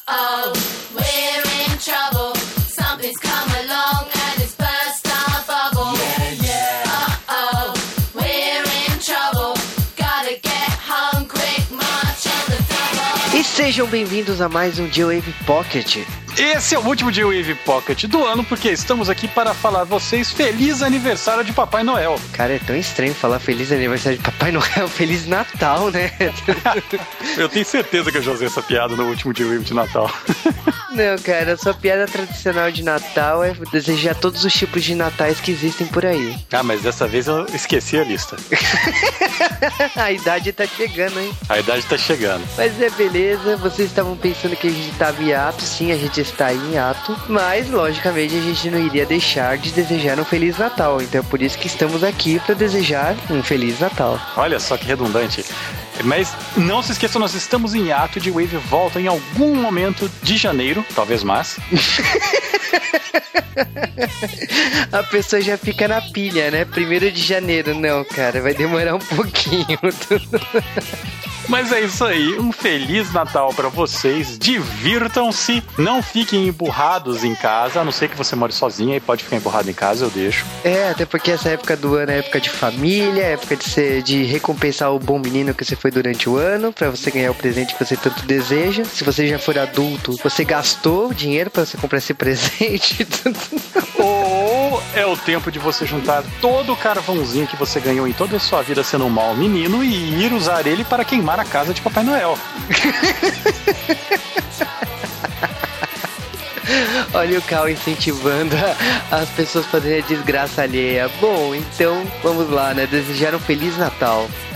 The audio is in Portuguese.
Uh-oh, we're in trouble. Something's come along and it's burst our bubble. Uh-oh, we're in trouble. Gotta get home quick, march on the double. E sejam bem-vindos a mais um J-Wave Pocket. Esse é o último J-Wave Pocket do ano, porque estamos aqui para falar a vocês feliz aniversário de Papai Noel. Cara, é tão estranho falar feliz aniversário de Papai Noel, Feliz Natal, né? Eu tenho certeza que eu já usei essa piada no último J-Wave de Natal. Não, cara, a sua piada tradicional de Natal é desejar todos os tipos de natais que existem por aí. Ah, mas dessa vez eu esqueci a lista. A idade tá chegando, hein? A idade tá chegando. Mas é beleza, vocês estavam pensando que a gente tava em ato, sim, a gente está em ato, mas logicamente a gente não iria deixar de desejar um Feliz Natal, então é por isso que estamos aqui para desejar um Feliz Natal. Olha só que redundante. Mas não se esqueçam, nós estamos em ato. de Wave volta em algum momento de janeiro, talvez mais. A pessoa já fica na pilha, né? 1º de janeiro, não, cara, vai demorar um pouquinho. Mas é isso aí, um Feliz Natal pra vocês, divirtam-se, não fiquem emburrados em casa, a não ser que você more sozinha e pode ficar emburrado em casa, eu deixo. É, até porque essa época do ano é época de família, é época de recompensar o bom menino que você foi durante o ano, pra você ganhar o presente que você tanto deseja. Se você já for adulto, você gastou dinheiro pra você comprar esse presente. Ou é o tempo de você juntar todo o carvãozinho que você ganhou em toda a sua vida sendo um mau menino e ir usar ele para queimar a casa de Papai Noel. Olha o Cal incentivando as pessoas a fazerem a desgraça alheia. Bom, então vamos lá, né? Desejar um Feliz Natal.